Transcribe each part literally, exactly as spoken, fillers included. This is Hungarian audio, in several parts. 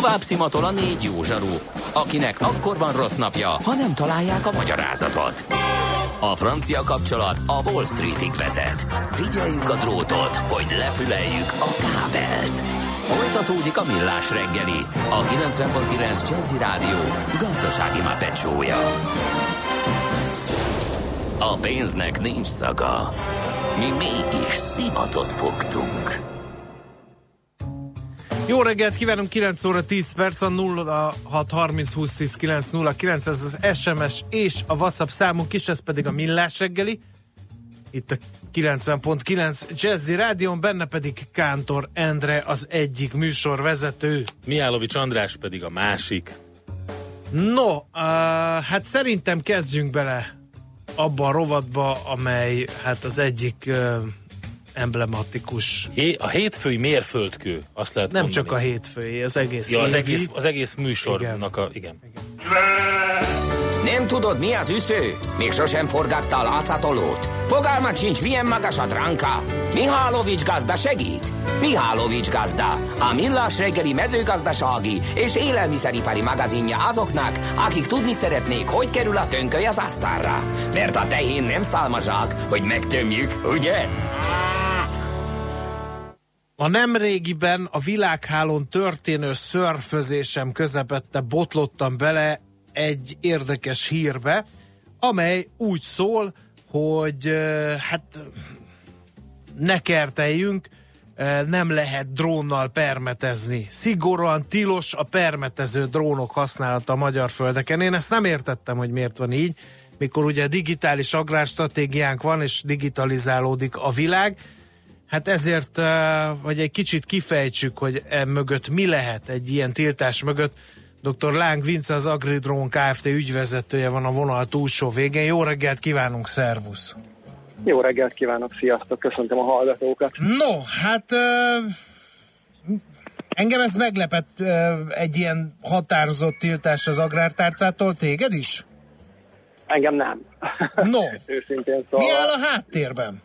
Tovább szimatol a négy jó zsaru, akinek akkor van rossz napja, ha nem találják a magyarázatot. A francia kapcsolat a Wall Streetig vezet. Figyeljük a drótot, hogy lefüleljük a kábelt. Folytatódik a Millás reggeli, a kilencven pont kilenc Jazzy Rádió gazdasági mápecsója. A pénznek nincs szaga. Mi mégis szimatot fogtunk. Jó reggelt kívánunk, kilenc óra tíz perc, a nulla hat harminc húsz tíz kilenc nulla kilenc, ez az es em es és a WhatsApp számunk is, ez pedig a Millás reggeli. Itt a kilencven pont kilenc Jazzy Rádión, benne pedig Kántor Endre az egyik műsorvezető. Mihálovics András pedig a másik. No, uh, hát szerintem kezdjünk bele abba a rovatba, amely hát az egyik uh, emblematikus. Hé, a hétfői mérföldkő, azt lehet Nem mondani. csak a hétfői, az egész. Ja, az egész, az egész műsornak a... Igen. igen. Nem tudod, mi az üsző? Még sosem forgattál átszatolót? Fogalmat sincs, milyen magas a dránka? Mihálovics gazda segít? Mihálovics gazda, a Millás reggeli mezőgazdasági és élelmiszeripari magazinja azoknak, akik tudni szeretnék, hogy kerül a tönköly az asztalra. Mert a tehén nem szálmazsák, hogy megtömjük, ugye? A nemrégiben a világhálón történő szörfözésem közepette botlottam bele egy érdekes hírbe, amely úgy szól, hogy hát ne kerteljünk, nem lehet drónnal permetezni. Szigorúan tilos a permetező drónok használata a magyar földeken. Én ezt nem értettem, hogy miért van így, mikor ugye digitális agrárstratégiánk van, és digitalizálódik a világ. Hát ezért, hogy egy kicsit kifejtsük, hogy e mögött mi lehet egy ilyen tiltás mögött, dr. Láng Vince, az Agridrón Kft. Ügyvezetője van a vonal túlsó végén. Jó reggelt kívánunk, szervusz! Jó reggelt kívánok, sziasztok, köszöntöm a hallgatókat. No, hát uh, engem ez meglepett, uh, egy ilyen határozott tiltás az agrártárcától, téged is? Engem nem. No, őszintén szólva. Mi áll a háttérben?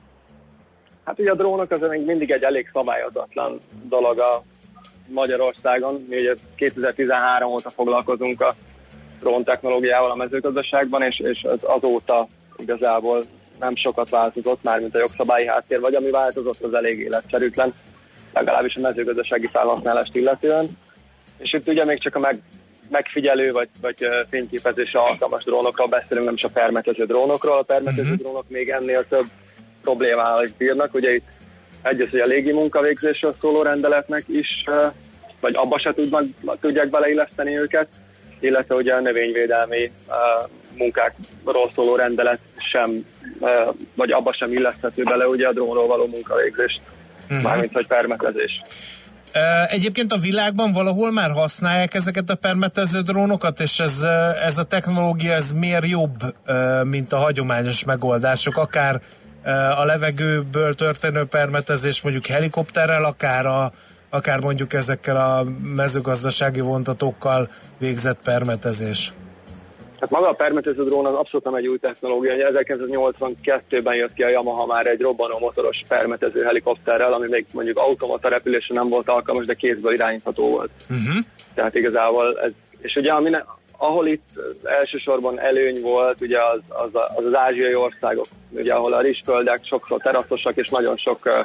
Hát ugye a drónok az még mindig egy elég szabályozatlan dolog a Magyarországon. Mi ugye kétezer-tizenhárom óta foglalkozunk a drón technológiával a mezőgazdaságban, és, és az azóta igazából nem sokat változott, mármint a jogszabályi háttér, vagy ami változott, az elég életszerűtlen, legalábbis a mezőgazdasági felhasználást illetően. És itt ugye még csak a meg, megfigyelő vagy, vagy fényképezésre alkalmas drónokról beszélünk, nem csak permetező drónokról. A permetező uh-huh. drónok még ennél több problémával is bírnak. Ugye itt egyrészt, hogy a légi munkavégzésről szóló rendeletnek is, vagy abba se tudnak, tudják beleilleszteni őket, illetve ugye a növényvédelmi munkákról szóló rendelet sem, vagy abba sem illeszthető bele ugye a drónról való munkavégzést, uh-huh. mármint hogy permetezés. Egyébként a világban valahol már használják ezeket a permetező drónokat, és ez, ez a technológia ez miért jobb, mint a hagyományos megoldások, akár a levegőből történő permetezés mondjuk helikopterrel, akár, a, akár mondjuk ezekkel a mezőgazdasági vontatókkal végzett permetezés. Hát maga a permetező drón az abszolút nem egy új technológia. ezerkilencszáznyolcvankettőben jött ki a Yamaha már egy robbanó motoros permetező helikopterrel, ami még mondjuk automata repülésre nem volt alkalmas, de kézből irányítható volt. Uh-huh. Tehát igazából ez, és ugye ami ne, ahol itt elsősorban előny volt, ugye az az, az, az ázsiai országok, ugye ahol a rizsföldek sokszor teraszosak, és nagyon sok uh,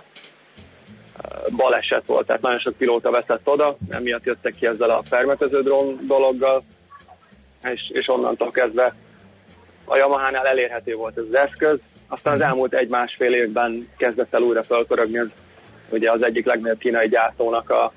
baleset volt, tehát nagyon sok pilóta veszett oda, emiatt jöttek ki ezzel a permetező drón dologgal, és, és onnantól kezdve a Yamahánál elérhető volt ez az eszköz. Aztán az elmúlt egy-másfél évben kezdett el újra felpörögni, az, ugye az egyik legnagyobb kínai gyártónak a,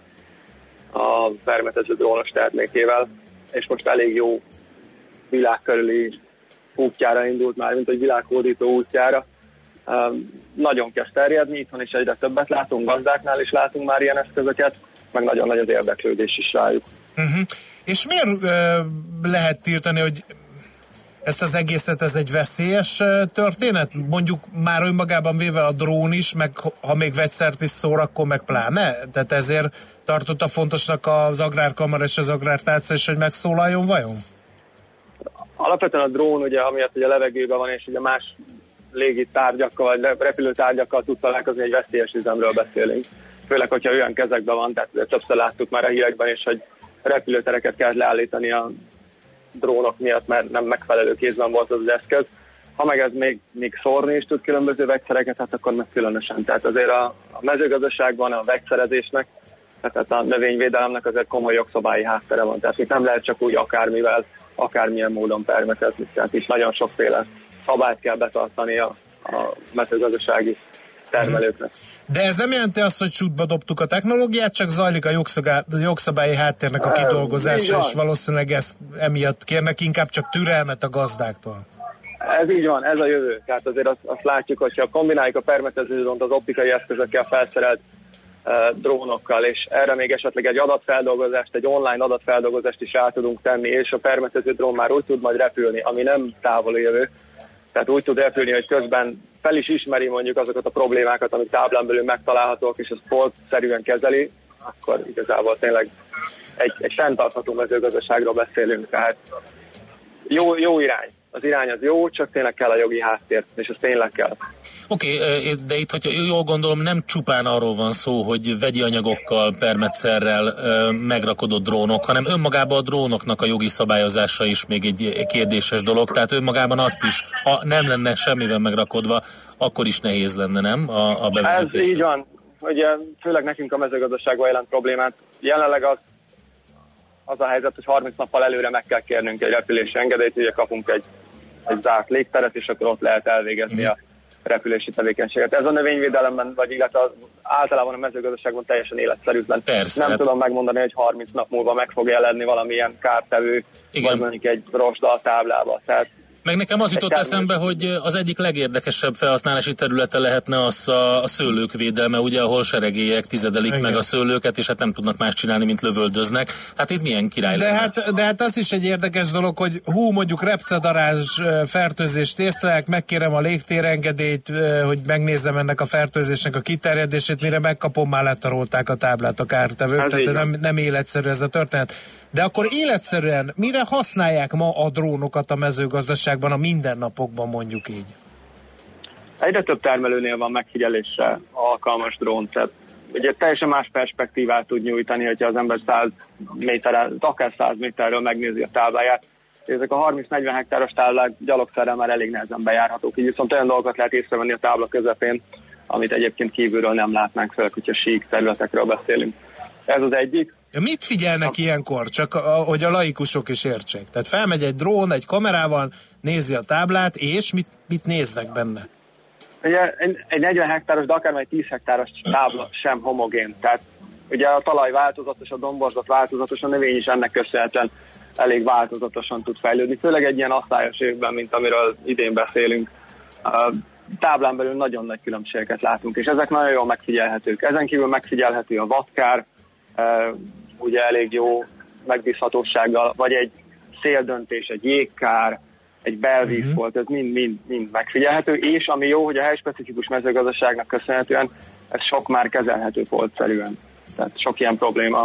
a permetező drónos termékével, és most elég jó világkörüli útjára indult már, mint egy világhódító útjára. Um, nagyon kezd terjedni, itthon is egyre többet látunk, gazdáknál is látunk már ilyen eszközöket, meg nagyon nagy az érdeklődés is rájuk. Uh-huh. És miért uh, lehet tiltani, hogy ezt az egészet, ez egy veszélyes uh, történet? Mondjuk már önmagában véve a drón is, meg ha még vegyszert is szór, akkor meg pláne? Tehát ezért tartotta fontosnak az Agrárkamara és az Agrártárca is, hogy megszólaljon vajon? Alapvetően a drón, ugye, amiatt ugye a levegőben van, és ugye más légi tárgyakkal, vagy repülőtárgyakkal tud találkozni, egy veszélyes üzemről beszélünk. Főleg, hogyha olyan kezekben van, tehát többször láttuk már a hírekben is, hogy repülőtereket kellett leállítani a drónok miatt, mert nem megfelelő kézben volt az, az eszköz. Ha meg ez még, még szórni is tud különböző vegyszereket, hát akkor meg különösen. Tehát azért a, a mezőgazdaságban a vegyszerezésnek, tehát a növényvédelemnek azért komoly jogszabályi háttere van. Tehát itt nem lehet csak úgy akármivel, akármilyen módon permetezni. Tehát is nagyon sokféle szabályt kell betartani a, a mezőgazdasági termelőknek. De ez nem jelenti azt, hogy sútba dobtuk a technológiát, csak zajlik a jogszabályi háttérnek a kidolgozása, és valószínűleg ezt emiatt kérnek inkább csak türelmet a gazdáktól. Ez így van, ez a jövő. Tehát azért azt, azt látjuk, hogyha kombináljuk a permetező drónt az optikai eszközökkel felszerelt uh, drónokkal, és erre még esetleg egy adatfeldolgozást, egy online adatfeldolgozást is rá tudunk tenni, és a permetező drón már úgy tud majd repülni, ami nem távoli jövő. Tehát úgy tud repülni, hogy közben fel is ismeri mondjuk azokat a problémákat, amik táblán belül megtalálhatók, és ezt sportszerűen kezeli, akkor igazából tényleg egy, egy fenntartható mezőgazdaságról beszélünk. Tehát jó, jó irány. Az irány az jó, csak tényleg kell a jogi háttér, és ez tényleg kell. Oké, okay, de itt, hogyha jól gondolom, nem csupán arról van szó, hogy vegyi anyagokkal, permetszerrel megrakodott drónok, hanem önmagában a drónoknak a jogi szabályozása is még egy kérdéses dolog, tehát önmagában azt is, ha nem lenne semmivel megrakodva, akkor is nehéz lenne, nem, a, a bevezetés? Ez így van. Ugye, főleg nekünk a mezőgazdaságban jelent problémát. Jelenleg az, az a helyzet, hogy harminc nappal előre meg kell kérnünk egy repülési engedélyt, ugye kapunk egy, egy zárt légteret, és akkor ott lehet elvégezni mm. a repülési tevékenységet. Ez a növényvédelemben, vagy illetve az általában a mezőgazdaságban teljesen életszerűtlen. Persze, nem hát... tudom megmondani, hogy harminc nap múlva meg fog jelenni valamilyen kártevő, igen. vagy mondjuk egy rosda a táblába. Tehát meg nekem az jutott eszembe, hogy az egyik legérdekesebb felhasználási területe lehetne az a, a szőlők védelme, ugye, ahol seregélyek tizedelik igen. meg a szőlőket, és hát nem tudnak más csinálni, mint lövöldöznek. Hát itt milyen király de lenne. hát, de hát az is egy érdekes dolog, hogy hú, mondjuk repcedarázs fertőzést észlelek, megkérem a légtérengedélyt, hogy megnézzem ennek a fertőzésnek a kiterjedését, mire megkapom, már letarolták a táblát a kártevők, tehát nem, nem életszerű ez a történet. De akkor életszerűen mire használják ma a drónokat a mezőgazdaságban, a mindennapokban, mondjuk így? Egyre több termelőnél van megfigyelésre alkalmas drón, tehát ugye teljesen más perspektívát tud nyújtani, hogyha az ember száz méterrel, akár száz méterről megnézi a tábláját. Ezek a harminc-negyven hektáros táblák gyalogszerrel már elég nehezen bejárhatók, így viszont olyan dolgokat lehet észrevenni a tábla közepén, amit egyébként kívülről nem látnánk, főleg, hogyha sík területekről beszélünk. Ez az egyik. Ja, mit figyelnek a... ilyenkor? Csak a, hogy a laikusok is értsék. Tehát felmegy egy drón egy kamerával, nézi a táblát, és mit, mit néznek benne? Ugye egy negyven hektáros, de akár egy tíz hektáros tábla sem homogén. Tehát ugye a talaj változatos, a domborzat változatos, a növény is ennek köszönhetően elég változatosan tud fejlődni. Főleg egy ilyen asszályos évben, mint amiről idén beszélünk. A táblán belül nagyon nagy különbségeket látunk, és ezek nagyon jól megfigyelhetők. Ezen kívül megfigyelhető a vadkár, Uh, ugye elég jó megbízhatósággal, vagy egy széldöntés, egy jégkár, egy belvízfolt, ez mind-mind megfigyelhető, és ami jó, hogy a helyspecifikus mezőgazdaságnak köszönhetően ez sok már kezelhető foltszerűen. Tehát sok ilyen probléma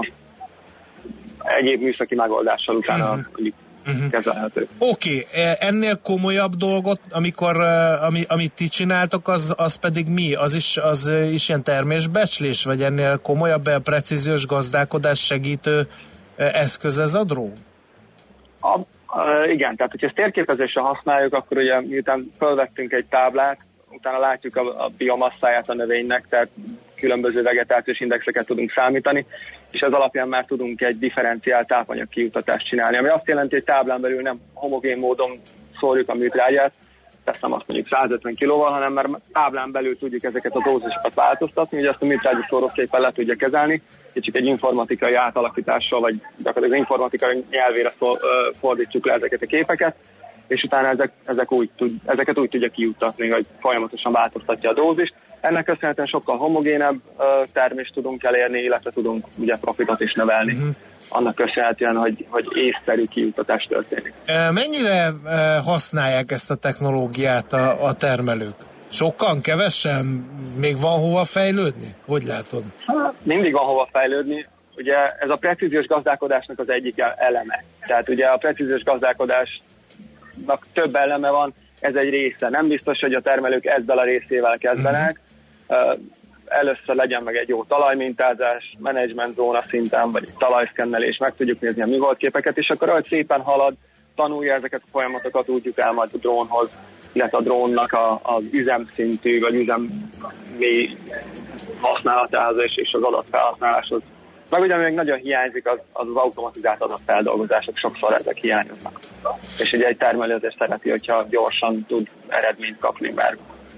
egyéb műszaki megoldással utána uh-huh. Uh-huh. kezelhető. Oké, okay. Ennél komolyabb dolgot, amikor, ami, amit ti csináltok, az, az pedig mi? Az is, az is ilyen termésbecslés, vagy ennél komolyabb, a precíziós gazdálkodás segítő eszköz ez a drón? A, a, igen, tehát hogyha ezt térképezésre használjuk, akkor ugye miután felvettünk egy táblát, utána látjuk a, a biomasszáját a növénynek, tehát különböző vegetációs indexeket tudunk számítani, és ez alapján már tudunk egy differenciált tápanyag kijutatást csinálni, ami azt jelenti, hogy táblán belül nem homogén módon szórjuk a műtrágyát, teszem azt mondjuk százötven kilóval, hanem már táblán belül tudjuk ezeket a dózisokat változtatni, hogy ezt a műtrágyi szóróképpen le tudja kezelni, csak egy informatikai átalakítással, vagy gyakorlatilag informatikai nyelvére szó, fordítsuk le ezeket a képeket, és utána ezek, ezek úgy tud, ezeket úgy tudja kijuttatni, hogy folyamatosan változtatja a dózist. Ennek köszönhetően sokkal homogénebb termést tudunk elérni, illetve tudunk ugye profitot is növelni. Uh-huh. Annak köszönhetően, hogy, hogy észszerű kijuttatás történik. Mennyire használják ezt a technológiát a, a termelők? Sokan, kevesen? Még van hova fejlődni? Hogy látod? Mindig van hova fejlődni. Ugye ez a precíziós gazdálkodásnak az egyik eleme. Tehát ugye a precíziós gazdálkodásnak több eleme van, ez egy része. Nem biztos, hogy a termelők ezzel a részével kezdenek. Uh-huh. először legyen meg egy jó talajmintázás, menedzsment zóna szinten, vagy egy talajszkennelés, meg tudjuk nézni a műholdképeket, és akkor ahogy szépen halad, tanulja ezeket a folyamatokat, úgy el majd a drónhoz, illetve a drónnak a, az üzemszintű, vagy üzem mély használatához és, és az adatfelhasználáshoz. Meg ugye még nagyon hiányzik az az, az automatizált adatfeldolgozások, sokszor ezek hiányoznak. És ugye egy termelő azért szereti, hogyha gyorsan tud eredményt kapni, mert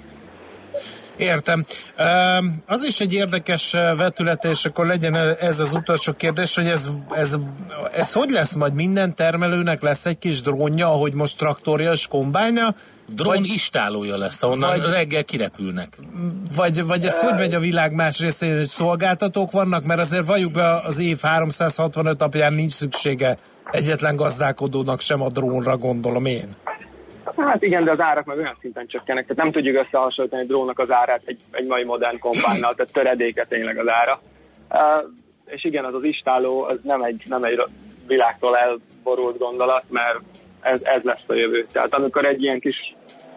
Értem. Az is egy érdekes vetülete, és akkor legyen ez az utolsó kérdés, hogy ez, ez, ez hogy lesz majd? Minden termelőnek lesz egy kis drónja, ahogy most traktorja és kombájnja? Drón vagy, istálója lesz, ahonnan vagy, reggel kirepülnek. Vagy, vagy ez hogy megy a világ más részén, hogy szolgáltatók vannak? Mert azért valljuk be, az év háromszázhatvanöt napján nincs szüksége egyetlen gazdálkodónak sem a drónra, gondolom én. Hát igen, de az árak meg olyan szinten csökkennek, tehát nem tudjuk összehasonlítani a drónnak az árát egy, egy mai modern kombájnnal, tehát töredéke tényleg az ára. Uh, és igen, az az istáló, az nem egy, nem egy világtól elborult gondolat, mert ez, ez lesz a jövő. Tehát amikor egy ilyen kis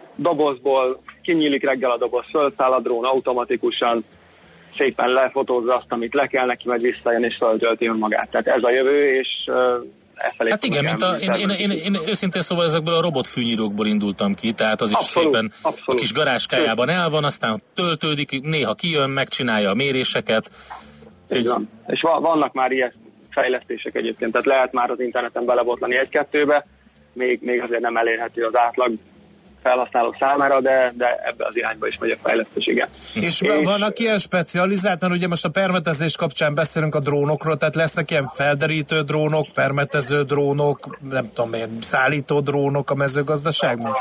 dobozból kinyílik reggel a doboz, fölszáll a drón automatikusan, szépen lefotózza azt, amit le kell neki, majd visszajön és föltölti önmagát. Tehát ez a jövő, és uh, hát igen, mint a, én, én, én, én őszintén szóval ezekből a robotfűnyírókból indultam ki, tehát az is abszolút, szépen abszolút. A kis garázskájában el van, aztán töltődik, néha kijön, megcsinálja a méréseket. Így van. És vannak már ilyen fejlesztések egyébként, tehát lehet már az interneten belebotlani egy-kettőbe, még, még azért nem elérhető az átlag felhasználók számára, de, de ebbe az irányba is megy a fejlesztés, igen. És, és vannak ilyen specializált, mert ugye most a permetezés kapcsán beszélünk a drónokról, tehát lesznek ilyen felderítő drónok, permetező drónok, nem tudom én, szállító drónok a mezőgazdaságban?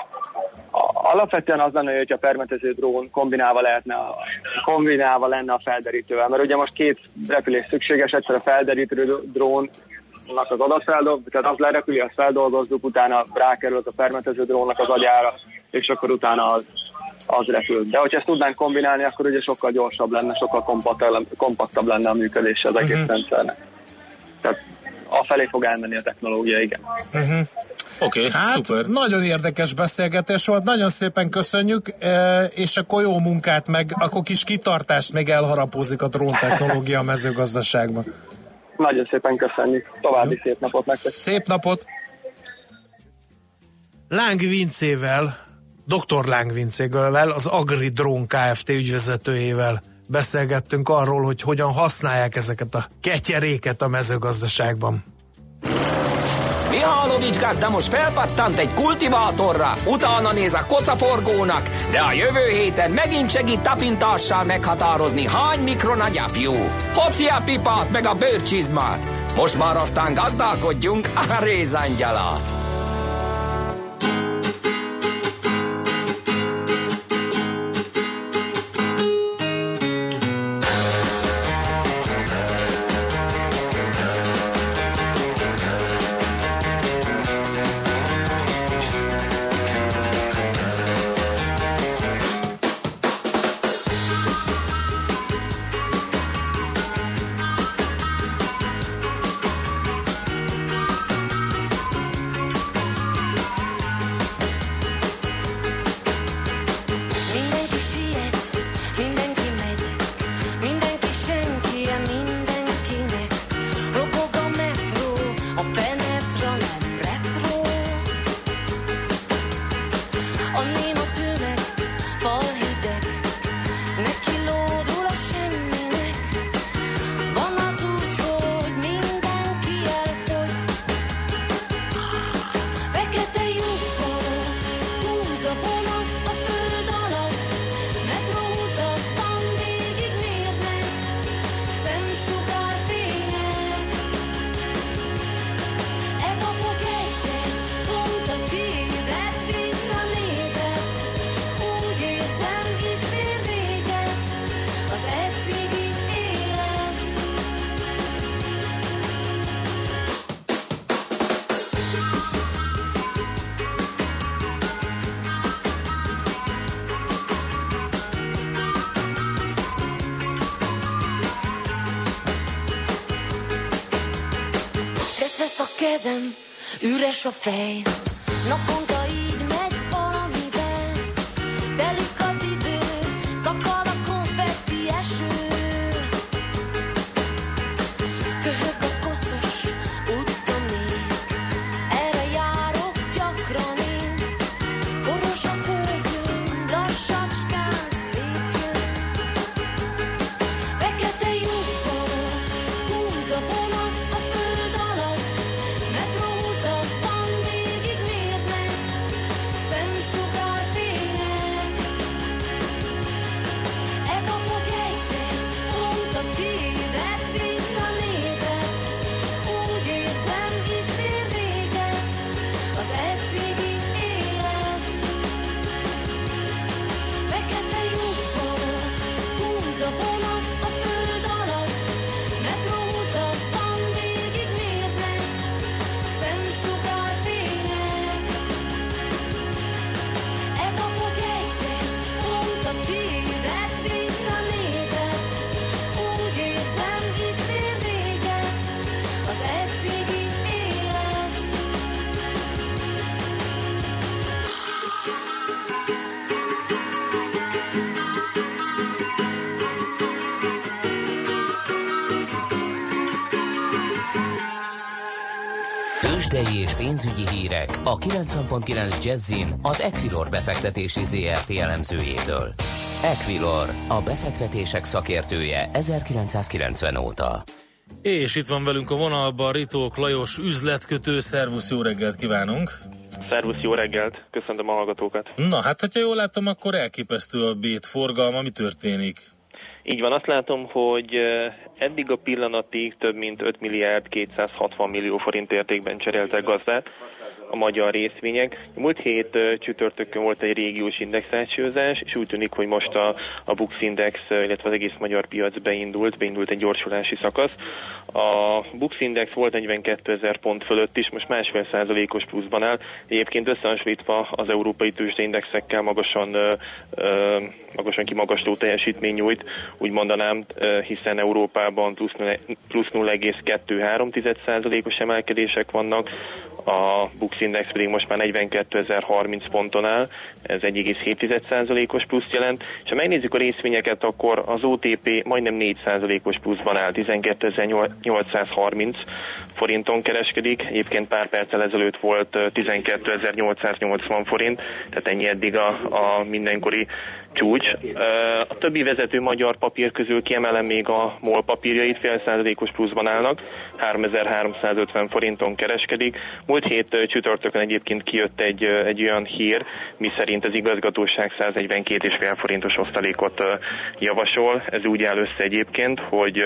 Alapvetően az lenne, hogy a permetező drón kombinálva, lehetne a, kombinálva lenne a felderítővel, mert ugye most két repülés szükséges, egyszer a felderítő drón az adatfeldolgozó, tehát az lerepüli, azt feldolgozzuk, utána rákerül az a permetező drónnak az agyára, és akkor utána az, az repül. De hogyha ezt tudnánk kombinálni, akkor ugye sokkal gyorsabb lenne, sokkal kompaktabb, kompaktabb lenne a működése az egész uh-huh. rendszernek. Tehát afelé fog elmenni a technológia, igen. Uh-huh. Oké, okay, hát, szuper. Nagyon érdekes beszélgetés volt, nagyon szépen köszönjük, és akkor jó munkát, meg akkor kis kitartást még elharapózik a dróntechnológia a mezőgazdaságban. Nagyon szépen köszönjük. További jó. Szép napot nektek. Szép napot. Láng Vincével, doktor Láng Vincével, az Agri Drón Kft. Ügyvezetőjével beszélgettünk arról, hogy hogyan használják ezeket a ketyeréket a mezőgazdaságban. Mihálovics gazda most felpattant egy kultivátorra, utána néz a kocaforgónak, de a jövő héten megint segít tapintással meghatározni, hány mikron a gyapjú. Hoci a pipát meg a bőrcsizmát. Most már aztán gazdálkodjunk a rézangyalát. Kezem, üres a fej, naponta így megy valamivel, telik az idő, szakad a konfetti eső. Tőzsdei és pénzügyi hírek a kilencven pont kilenc Jazzin az Equilor befektetési zé er té elemzőjétől. Equilor, a befektetések szakértője ezerkilencszázkilencven óta. És itt van velünk a vonalban Ritók Lajos üzletkötő. Szervusz, jó reggelt kívánunk! Szervusz, jó reggelt! Köszöntöm a hallgatókat! Na, hát ha jól láttam, akkor elképesztő a bét forgalma. Mi történik? Így van, azt látom, hogy eddig a pillanatig több mint öt milliárd kétszázhatvan millió forint értékben cseréltek gazdát a magyar részvények. Múlt hét csütörtökön volt egy régiós indexációzás, és úgy tűnik, hogy most a, a Bux Index, illetve az egész magyar piac beindult, beindult egy gyorsulási szakasz. A Bux Index volt negyvenkkétezer pont fölött is, most másfél százalékos pluszban áll. Egyébként összehasonlítva az európai tőzsdeindexekkel magasan, ö, ö, magasan kimagasló teljesítmény nyújt, úgy mondanám, hiszen Európában plusz nulla egész kettő-három százalékos emelkedések vannak, a Bux Index pedig most már negyvenkétezer-harminc ponton áll, ez egy egész hét százalékos pluszt jelent, és ha megnézzük a részvényeket, akkor az o té pé majdnem négy százalékos pluszban áll, tizenkétezer-nyolcszázharminc forinton kereskedik, egyébként pár perccel ezelőtt volt tizenkétezer-nyolcszáznyolcvan forint, tehát ennyi eddig a, a mindenkori csúcs. A többi vezető magyar papír közül kiemelem még a MOL papírjait, fél százalékos pluszban állnak, háromezer-háromszázötven forinton kereskedik. Múlt hét csütörtökön egyébként kijött egy, egy olyan hír, miszerint az igazgatóság száznegyvenkét egész öt forintos osztalékot javasol. Ez úgy áll össze egyébként, hogy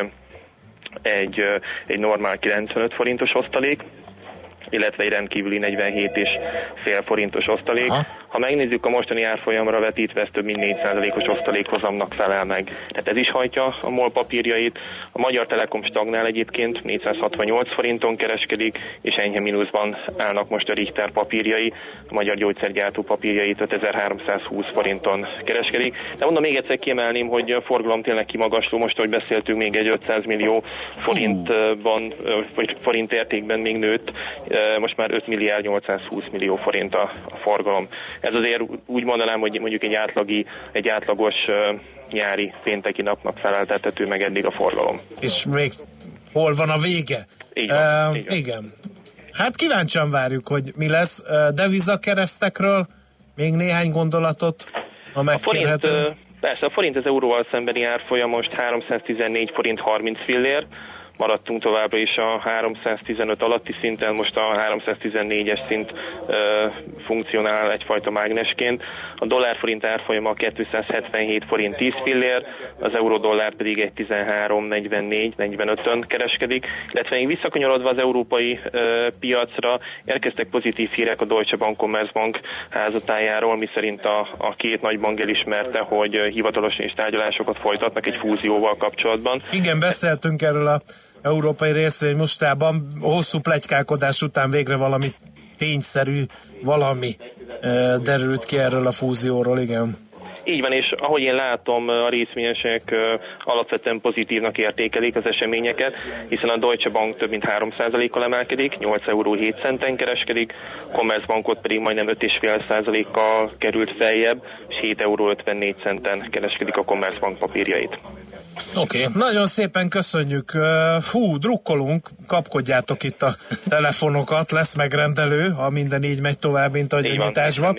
egy, egy normál kilencvenöt forintos osztalék, illetve egy rendkívüli negyvenhét egész öt forintos osztalék. Ha? ha megnézzük a mostani árfolyamra vetítve, ez több mint négy százalékos osztalékhozamnak felel meg. Tehát ez is hajtja a MOL papírjait. A Magyar Telekom stagnál egyébként, négyszázhatvannyolc forinton kereskedik, és enyhe mínuszban állnak most a Richter papírjai. A Magyar Gyógyszergyártó papírjait ötezer-háromszázhúsz forinton kereskedik. De mondom, még egyszer kiemelném, hogy a forgalom tényleg kimagasló. Most, ahogy beszéltünk, még egy ötszáz millió forintban, vagy forint értékben még nőtt. Most már öt milliárd nyolcszázhúsz millió forint a, a forgalom. Ez azért úgy mondanám, hogy mondjuk egy átlagi, egy átlagos uh, nyári pénteki napnak feleltethető meg eddig a forgalom. És még hol van a vége? Így van, uh, így van. Igen. Hát kíváncsian várjuk, hogy mi lesz. Uh, devizakeresztekről még néhány gondolatot, ha megkérhető. A forint, uh, persze, a forint az euróval szembeni árfolyam most háromszáztizennégy forint harminc fillér. Maradtunk továbbra is a háromszáztizenöt alatti szinten, most a háromszáztizennégyes szint ö, funkcionál egyfajta mágnesként. A dollár-forint árfolyama kétszázhetvenhét forint tíz fillér, az euró-dollár pedig egy tizenhárom negyvennégy negyvenötön kereskedik. Illetve még visszakanyarodva az európai ö, piacra érkeztek pozitív hírek a Deutsche Bank Commerzbank házatájáról, miszerint a, a két nagybank elismerte, hogy hivatalosan is tárgyalásokat folytatnak egy fúzióval kapcsolatban. Igen, beszéltünk erről a európai részvény mostában, hosszú pletykálkodás után végre valami tényszerű, valami e, derült ki erről a fúzióról, igen. Így van, és ahogy én látom, a részvényesek alapvetően pozitívnak értékelik az eseményeket, hiszen a Deutsche Bank több mint három százalékkal emelkedik, nyolc euró hét centen kereskedik, Commerzbankot pedig majdnem öt egész öt százalékkal került feljebb, és hét euró ötvennégy centen kereskedik a Commerzbank papírjait. Oké, okay. Nagyon szépen köszönjük. Hú, drukkolunk, kapkodjátok itt a telefonokat, lesz megrendelő, ha minden így megy tovább, mint ahogy a nyitásban.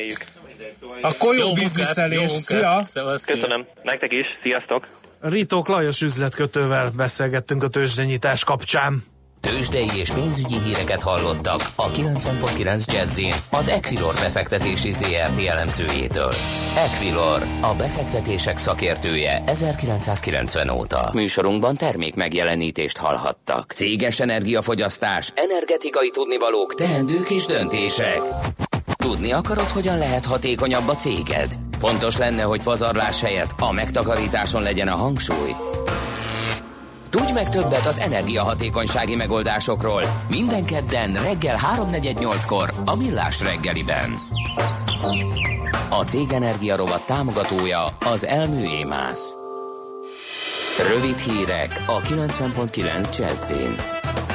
Akkor jó, jó bizniszelés, szia! Köszönöm, nektek is, sziasztok! Ritók Lajos üzletkötővel beszélgettünk a tőzsdenyítás kapcsán. Tőzsdei és pénzügyi híreket hallottak a kilencven pont kilenc Jazzin az Equilor befektetési zé er té elemzőjétől. Equilor, a befektetések szakértője ezerkilencszázkilencven óta. Műsorunkban termék megjelenítést hallhattak. Céges energiafogyasztás, energetikai tudnivalók, teendők és döntések. Tudni akarod, hogyan lehet hatékonyabb a céged? Fontos lenne, hogy pazarlás helyett a megtakarításon legyen a hangsúly. Tudj meg többet az energiahatékonysági megoldásokról minden kedden reggel háromnegyed nyolckor a Millás reggeliben. A Cég Energia rovat támogatója az Elmű Émász. Rövid hírek a kilencven pont kilenc Jazzin.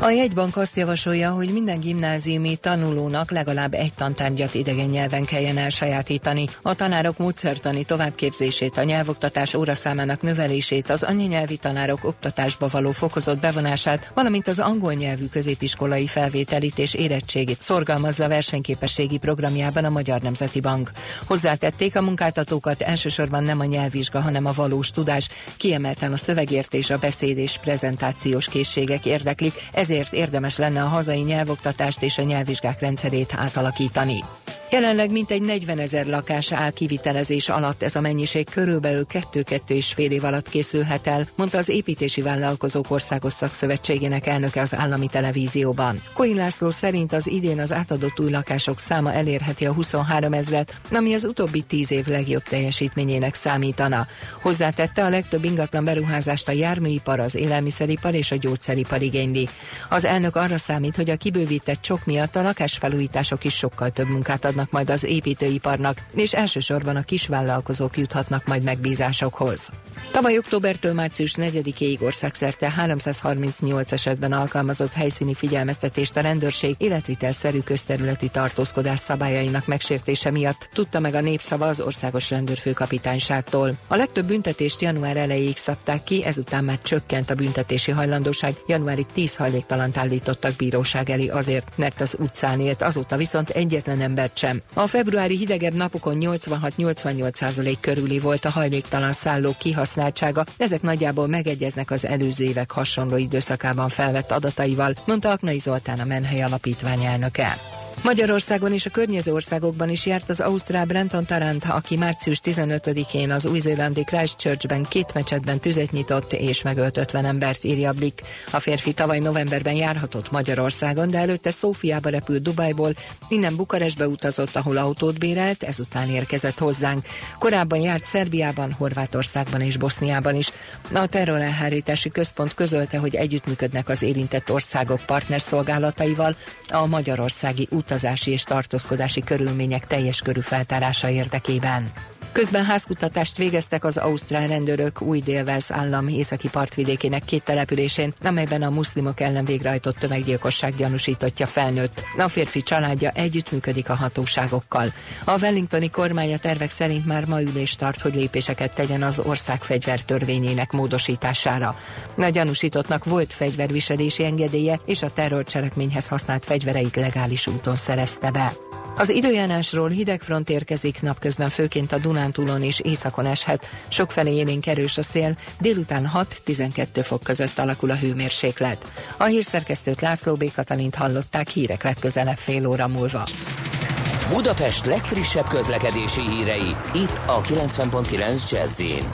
A jegybank azt javasolja, hogy minden gimnáziumi tanulónak legalább egy tantárgyat idegen nyelven kelljen elsajátítani. A tanárok módszertani továbbképzését, a nyelvoktatás óraszámának növelését, az anyanyelvi tanárok oktatásba való fokozott bevonását, valamint az angol nyelvű középiskolai felvételit és érettségit szorgalmazza a versenyképességi programjában a Magyar Nemzeti Bank. Hozzátették, a munkáltatókat elsősorban nem a nyelvvizsga, hanem a valós tudás, kiemelten a szövegértés, a beszéd és prezentációs készségek érdeklik, ezért érdemes lenne a hazai nyelvoktatást és a nyelvvizsgák rendszerét átalakítani. Jelenleg mintegy negyvenezer lakás áll kivitelezés alatt, ez a mennyiség körülbelül kettő-kettő és fél év alatt készülhet el, mondta az Építési Vállalkozók Országos Szakszövetségének elnöke az állami televízióban. Koin László szerint az idén az átadott új lakások száma elérheti a huszonhárom ezret, ami az utóbbi tíz év legjobb teljesítményének számítana. Hozzátette, a legtöbb ingatlan beruházást a járműipar, az élelmiszeripar és a gyógyszeripar igényli. Az elnök arra számít, hogy a kibővített csok miatt a lakásfelújítások is sokkal több munkát adnak majd az építőiparnak, és elsősorban a kisvállalkozók juthatnak majd megbízásokhoz. Tavaly októbertől március negyedikéig országszerte háromszázharmincnyolc esetben alkalmazott helyszíni figyelmeztetést a rendőrség életvitelszerű közterületi tartózkodás szabályainak megsértése miatt, tudta meg a Népszava az Országos Rendőrfőkapitányságtól. A legtöbb büntetést január elejéig szabták ki, ezután már csökkent a büntetési hajlandóság, januárig tíz hajléktalant állítottak bíróság elé azért, mert az utcán élt, azóta viszont egyetlen embert sem. A februári hidegebb napokon nyolcvanhat-nyolcvannyolc százalék körüli volt a hajléktalan szállók kihasználtsága, ezek nagyjából megegyeznek az előző évek hasonló időszakában felvett adataival, mondta Aknai Zoltán, a Menhely Alapítvány elnöke. Magyarországon és a környező országokban is járt az ausztrál Brenton Tarrant, aki március tizenötödikén az új-zélandi Christchurchben két mecsetben tüzet nyitott és megölt ötven embert, írja a Blick. A férfi tavaly novemberben járhatott Magyarországon, de előtte Szófiába repült Dubajból, innen Bukarestbe utazott, ahol autót bérelt, ezután érkezett hozzánk. Korábban járt Szerbiában, Horvátországban és Boszniában is. A terrorelhárítási központ közölte, hogy együttműködnek az érintett országok partnerszolgálataival a magyarországi utazási és tartózkodási körülmények teljes körű feltárása érdekében. Közben házkutatást végeztek az ausztrál rendőrök Új-Dél-Wales állam északi partvidékének két településén, amelyben a muszlimok ellen végrehajtott tömeggyilkosság gyanúsítottja felnőtt. A férfi családja együttműködik a hatóságokkal. A wellingtoni kormány a tervek szerint már ma ülést tart, hogy lépéseket tegyen az ország fegyvertörvényének módosítására. A gyanúsítottnak volt fegyverviselési engedélye, és a terrorcselekményhez használt fegyvereit legális úton szerezte be. Az időjárásról: hidegfront érkezik, napközben főként a Dunántúlon és északon eshet, sokfelé élénk erős a szél, délután hat-tizenkét fok között alakul a hőmérséklet. A hírszerkesztőt, László B. Katalint hallották, hírek legközelebb fél óra múlva. Budapest legfrissebb közlekedési hírei, itt a kilencven pont kilenc Jazz-in.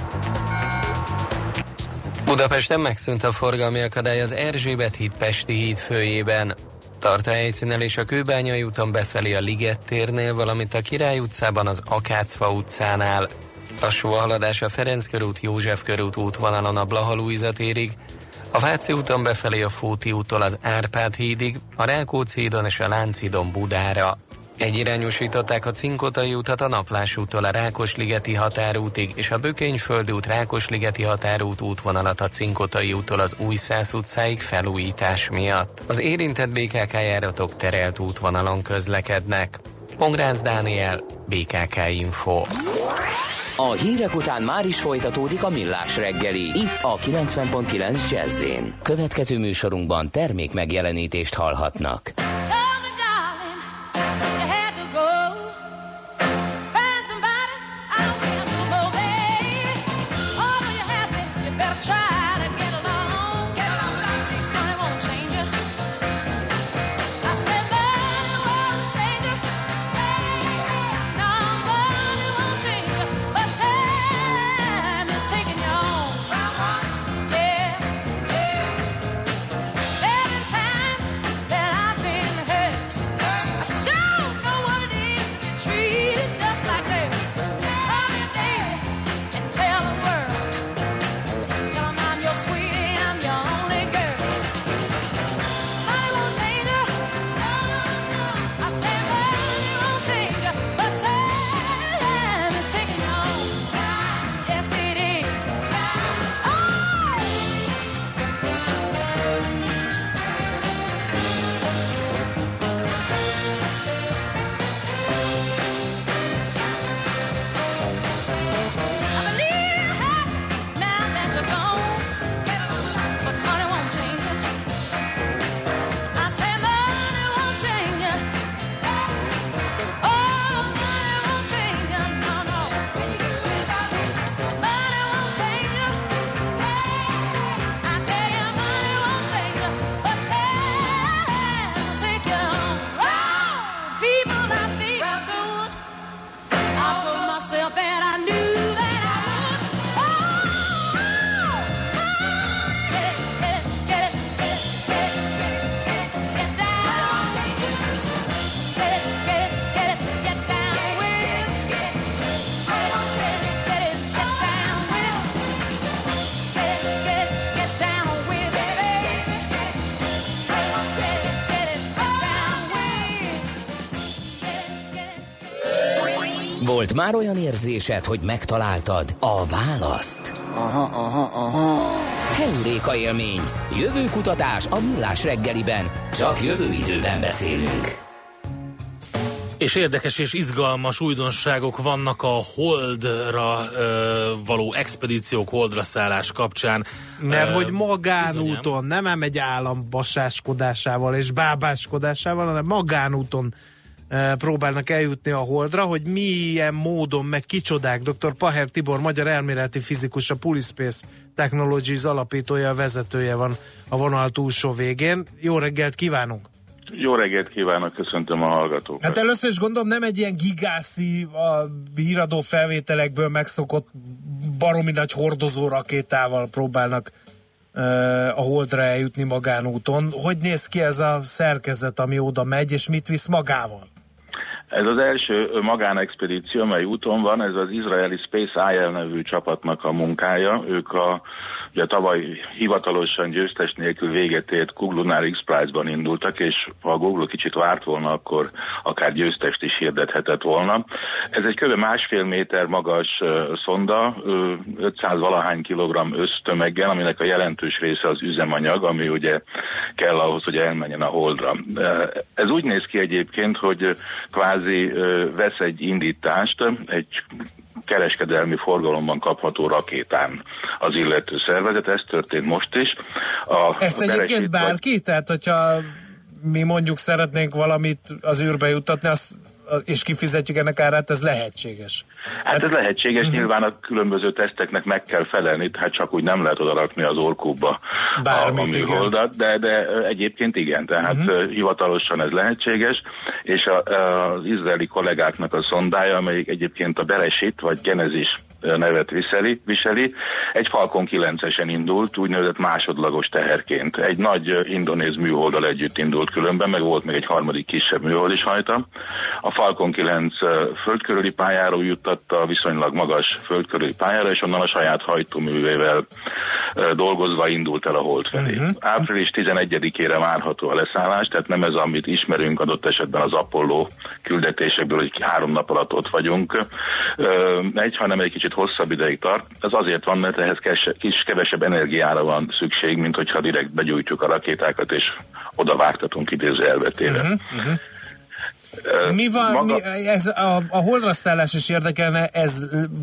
Budapesten megszűnt a forgalmi akadály az Erzsébet híd Pesti híd főjében. Tart a helyszínen és a Kőbányai úton befelé a Liget térnél, valamint a Király utcában az Akácfa utcánál. Lassú a haladás a Ferenc körút, József körút útvonalon a Blaha Lujza térig, a Váci úton befelé a Fóti úttól az Árpád hídig, a Rákóczi hídon és a Lánchídon Budára. Egyirányosították a Cinkotai utat a Naplás úttól a Rákosligeti határútig, és a Bökényföldi út Rákosligeti határút útvonalat a Cinkotai úttól az Újszász utcáig felújítás miatt. Az érintett bé ká ká járatok terelt útvonalon közlekednek. Pongrácz Dániel, bé ká ká Info. A hírek után már is folytatódik a Millás reggeli, itt a kilencven pont kilenc Jazz-in. Következő műsorunkban termék megjelenítést hallhatnak. That I've been Volt már olyan érzésed, hogy megtaláltad a választ? Aha, aha, aha. Heuréka élmény. Jövőkutatás a Millás reggeliben. Csak jövő időben beszélünk. És érdekes és izgalmas újdonságok vannak a Holdra ö, való expedíciók, Holdra szállás kapcsán. Mert ö, hogy magánúton, bizonyám. nem ám egy állam basáskodásával és bábáskodásával, hanem magánúton e, próbálnak eljutni a Holdra, hogy milyen módon, meg kicsodák. doktor Paher Tibor, magyar elméleti fizikus, a Pulispace Technologies alapítója, vezetője van a vonal túlsó végén. Jó reggelt kívánunk! Jó reggelt kívánok, köszöntöm a hallgatókat. Hát először is gondolom nem egy ilyen gigászi, a híradó felvételekből megszokott baromi nagy hordozó rakétával próbálnak uh, a Holdra eljutni magánúton. Hogy néz ki ez a szerkezet, ami oda megy, és mit visz magával? Ez az első magánexpedíció, mely úton van, ez az izraeli Space I L nevű csapatnak a munkája. Ők a ugye tavaly hivatalosan győztes nélkül véget ért Google Lunar X Prize-ban indultak, és ha a Google kicsit várt volna, akkor akár győztest is hirdethetett volna. Ez egy kb. másfél méter magas uh, szonda, uh, ötszáz valahány kilogramm össztömeggel, aminek a jelentős része az üzemanyag, ami ugye kell ahhoz, hogy elmenjen a Holdra. Uh, ez úgy néz ki egyébként, hogy uh, kvázi uh, vesz egy indítást, egy kereskedelmi forgalomban kapható rakétán az illető szervezet, ez történt most is. A ez egyébként bárki? Vagy... Tehát, hogyha mi mondjuk szeretnénk valamit az űrbe juttatni, azt, és kifizetjük ennek árát, ez lehetséges? Hát ez lehetséges, uh-huh. Nyilván a különböző teszteknek meg kell felelni, hát csak úgy nem lehet oda rakni az orkúba Bármit, a, a műholdat, de, de egyébként igen, tehát uh-huh. hivatalosan ez lehetséges, és a, az izraeli kollégáknak a szondája, amelyik egyébként a Bereshit vagy Genezis nevet viseli, viseli, egy Falcon kilencesen indult, úgynevezett másodlagos teherként. Egy nagy indonéz műholddal együtt indult különben, meg volt még egy harmadik kisebb műhold is rajta. A Falcon kilenc földkörüli pályáról juttatta, viszonylag magas földkörüli pályára, és onnan a saját hajtóművével dolgozva indult el a Hold felé. Uh-huh. április tizenegyedikére várható a leszállás, tehát nem ez, amit ismerünk adott esetben az Apollo küldetésekből, hogy három nap alatt ott vagyunk, egy, hanem egy kicsit hosszabb ideig tart. Ez azért van, mert ehhez kis kevesebb energiára van szükség, mint hogyha direkt begyújtjuk a rakétákat, és oda vágtatunk idéző elvetére. Uh-huh, uh-huh. Mi van, Maga... mi, ez a, a Holdra szállás is érdekelne, ez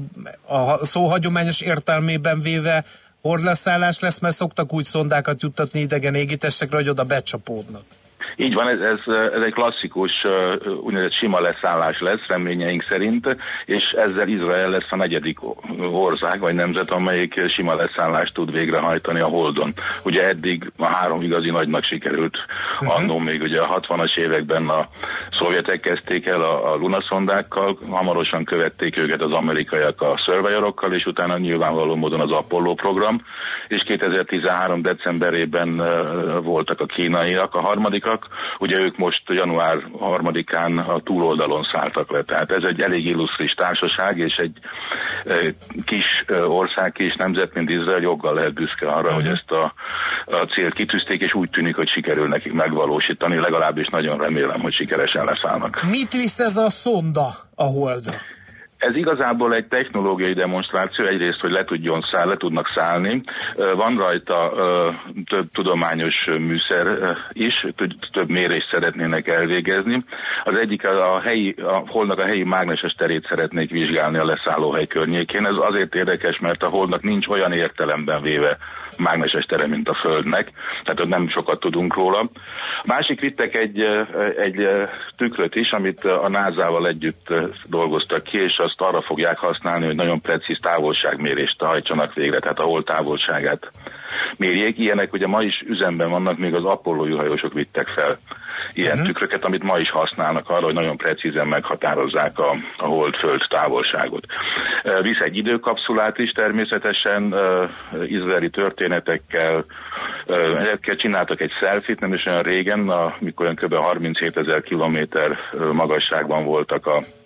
a szó hagyományos értelmében véve Holdleszállás lesz, mert szoktak úgy szondákat juttatni idegen égitestekre, hogy oda becsapódnak. Így van, ez, ez, ez egy klasszikus úgynevezett sima leszállás lesz, reményeink szerint, és ezzel Izrael lesz a negyedik ország vagy nemzet, amelyik sima leszállást tud végrehajtani a Holdon. Ugye eddig a három igazi nagynak sikerült, uh-huh. annó még ugye a hatvanas években a szovjetek kezdték el a, a lunaszondákkal, hamarosan követték őket az amerikaiak a Surveyorokkal, és utána nyilvánvaló módon az Apollo program, és kétezer-tizenhárom decemberében uh, voltak a kínaiak, a harmadikak, ugye ők most január harmadikán a túloldalon szálltak le, tehát ez egy elég illusztris társaság, és egy e, kis e, ország, kis nemzet, mint Izrael joggal lehet büszke arra, uh-huh. hogy ezt a, a célt kitűzték, és úgy tűnik, hogy sikerül nekik megvalósítani, legalábbis nagyon remélem, hogy sikeresen leszállnak. Mit visz ez a szonda a Holdra? Ez igazából egy technológiai demonstráció, egyrészt, hogy le tudjon száll, le tudnak szállni. Van rajta több tudományos műszer is, több mérést szeretnének elvégezni. Az egyik a helyi, a Holdnak a helyi mágneses terét szeretnék vizsgálni a leszállóhely környékén. Ez azért érdekes, mert a Holdnak nincs olyan értelemben véve mágneses tere, mint a Földnek, tehát nem sokat tudunk róla. Másik vittek egy, egy tükröt is, amit a názával együtt dolgoztak ki, és azt arra fogják használni, hogy nagyon precíz távolságmérést hajtsanak végre, tehát a Hold távolságát mérjék. Ilyenek ugye ma is üzemben vannak, még az Apollo űrhajósok vittek fel ilyen uh-huh. tükröket, amit ma is használnak arra, hogy nagyon precízen meghatározzák a, a Hold-Föld távolságot. Uh, visz egy időkapszulát is természetesen, uh, izraeli történetekkel, uh, ezekkel csináltak egy selfit, nem is olyan régen, amikor olyan kb. harminchétezer kilométer magasságban voltak a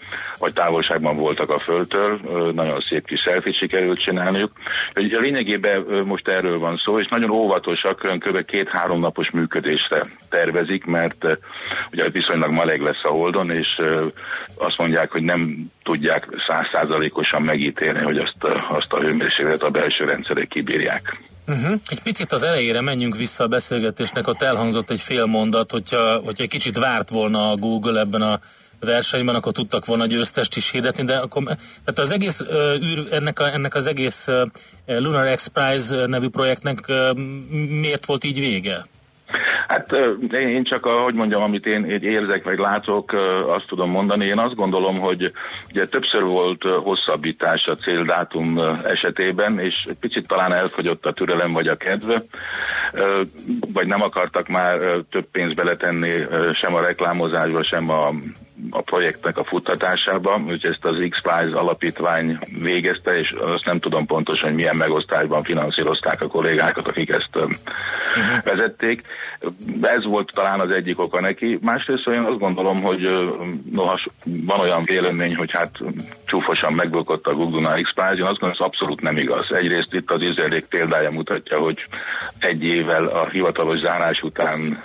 vagy távolságban voltak a Földtől, nagyon szép kis selfie sikerült csinálniuk. A lényegében most erről van szó, és nagyon óvatosak, kb. két-három napos működésre tervezik, mert ugye viszonylag meleg lesz a Holdon, és azt mondják, hogy nem tudják száz százalékosan megítélni, hogy azt, azt a hőmérsékletet a belső rendszerek kibírják. Uh-huh. Egy picit az elejére menjünk vissza a beszélgetésnek, ott elhangzott egy fél mondat, hogyha, hogyha egy kicsit várt volna a Google ebben a versenyben, akkor tudtak volna győztest is hirdetni, de akkor tehát az egész uh, űr, ennek, a, ennek az egész uh, Lunar X Prize nevű projektnek uh, miért volt így vége? Hát én csak, ahogy mondjam, amit én érzek, vagy látok, azt tudom mondani. Én azt gondolom, hogy ugye többször volt hosszabbítás a céldátum esetében, és egy picit talán elfogyott a türelem vagy a kedv, vagy nem akartak már több pénzt beletenni sem a reklámozásba, sem a a projektnek a futtatásába, úgyhogy ezt az X-Prize alapítvány végezte, és azt nem tudom pontosan, hogy milyen megosztásban finanszírozták a kollégákat, akik ezt uh-huh. vezették. Ez volt talán az egyik oka neki. Másrészt én azt gondolom, hogy noha van olyan vélemény, hogy hát csúfosan megbukott a Google X-Prize, én azt gondolom, hogy ez abszolút nem igaz. Egyrészt itt az izraelik példája mutatja, hogy egy évvel a hivatalos zárás után